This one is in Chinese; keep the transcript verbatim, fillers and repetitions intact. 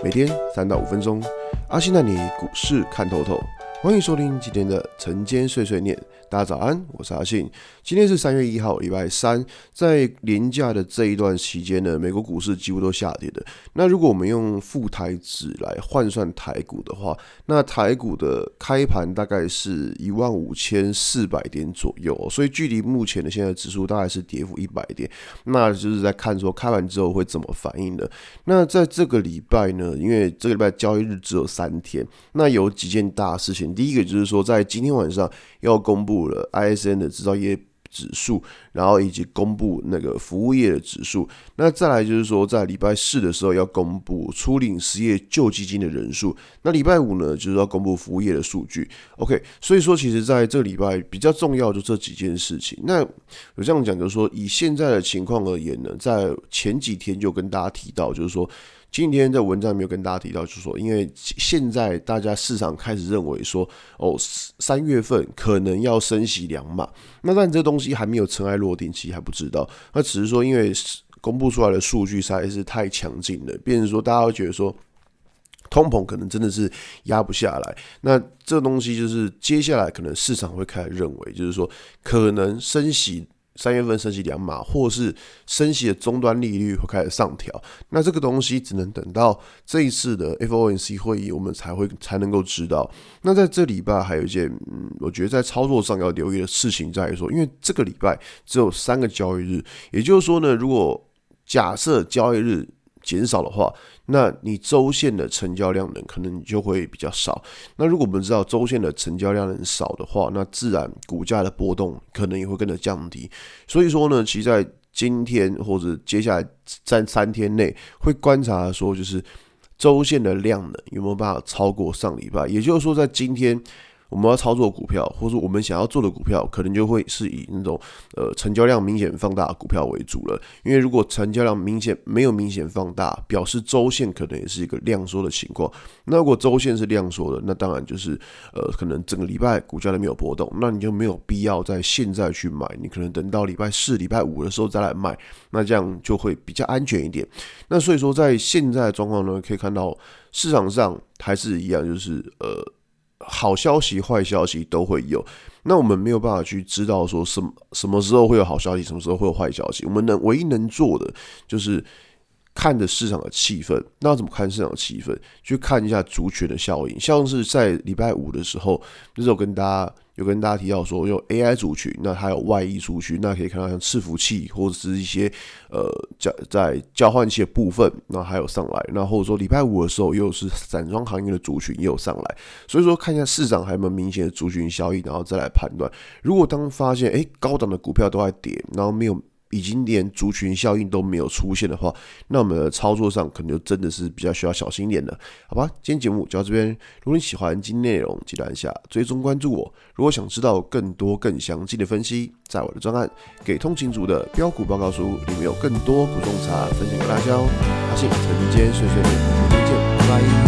每天三到五分钟，阿信带你股市看透透。欢迎收听今天的晨间碎碎念，大家早安，我是阿信。今天是三月一号，礼拜三，在连假的这一段期间呢，美国股市几乎都下跌的。那如果我们用富台指来换算台股的话，那台股的开盘大概是一万五千四百点左右，所以距离目前的现在指数大概是跌幅一百点。那就是在看说开盘之后会怎么反应的。那在这个礼拜呢，因为这个礼拜交易日只有三天，那有几件大事情。第一个就是说，在今天晚上要公布了 I S M 的制造业指数，然后以及公布那个服务业的指数。那再来就是说，在礼拜四的时候要公布初领失业救济金的人数。那礼拜五呢，就是要公布服务业的数据。OK， 所以说其实在这个礼拜比较重要的就这几件事情。那有这样讲，就是说以现在的情况而言呢，在前几天就跟大家提到，就是说。今天在文章没有跟大家提到，就是说，因为现在大家市场开始认为说，哦，三月份可能要升息两码，那但这东西还没有尘埃落定，其实还不知道。那只是说，因为公布出来的数据实在是太强劲了，变成说大家会觉得说，通膨可能真的是压不下来。那这个东西就是接下来可能市场会开始认为，就是说可能升息。三月份升息两码，或是升息的终端利率会开始上调，那这个东西只能等到这一次的 F O M C 会议，我们才会才能够知道。那在这礼拜还有一件，嗯，我觉得在操作上要留意的事情在于说，因为这个礼拜只有三个交易日，也就是说呢，如果假设交易日减少的话，那你周线的成交量呢，可能就会比较少。那如果我们知道周线的成交量很少的话，那自然股价的波动可能也会跟着降低。所以说呢，其实在今天或者接下来在三天内会观察说，就是周线的量呢有没有办法超过上礼拜。也就是说，在今天。我们要操作股票，或者我们想要做的股票，可能就会是以那种呃成交量明显放大的股票为主了。因为如果成交量明显没有明显放大，表示周线可能也是一个量缩的情况。那如果周线是量缩的，那当然就是呃可能整个礼拜股价都没有波动，那你就没有必要在现在去买，你可能等到礼拜四、礼拜五的时候再来卖，那这样就会比较安全一点。那所以说，在现在的状况呢，可以看到市场上还是一样，就是呃。好消息、坏消息都会有，那我们没有办法去知道说什么什么时候会有好消息，什么时候会有坏消息。我们能唯一能做的就是看着市场的气氛。那要怎么看市场的气氛？去看一下族群的效应。像是在礼拜五的时候，那时候跟大家有跟大家提到说，有 A I 族群，那还有外溢族群，那可以看到像伺服器或者是一些呃在交换器的部分，那还有上来。那或者说礼拜五的时候，又是散装行业的族群也有上来。所以说看一下市场还有没有明显的族群效应，然后再来判断。如果当发现哎高档的股票都在跌，然后没有。已经连族群效应都没有出现的话，那我们的操作上可能就真的是比较需要小心一点的，好吧？今天节目就到这边。如果你喜欢今天内容，记得按下追踪关注我。如果想知道更多更详细的分析，在我的专案《给通勤族的标股报告书》里面有更多股种茶分享给大家哦。阿信晨间碎碎念，明天见，拜拜。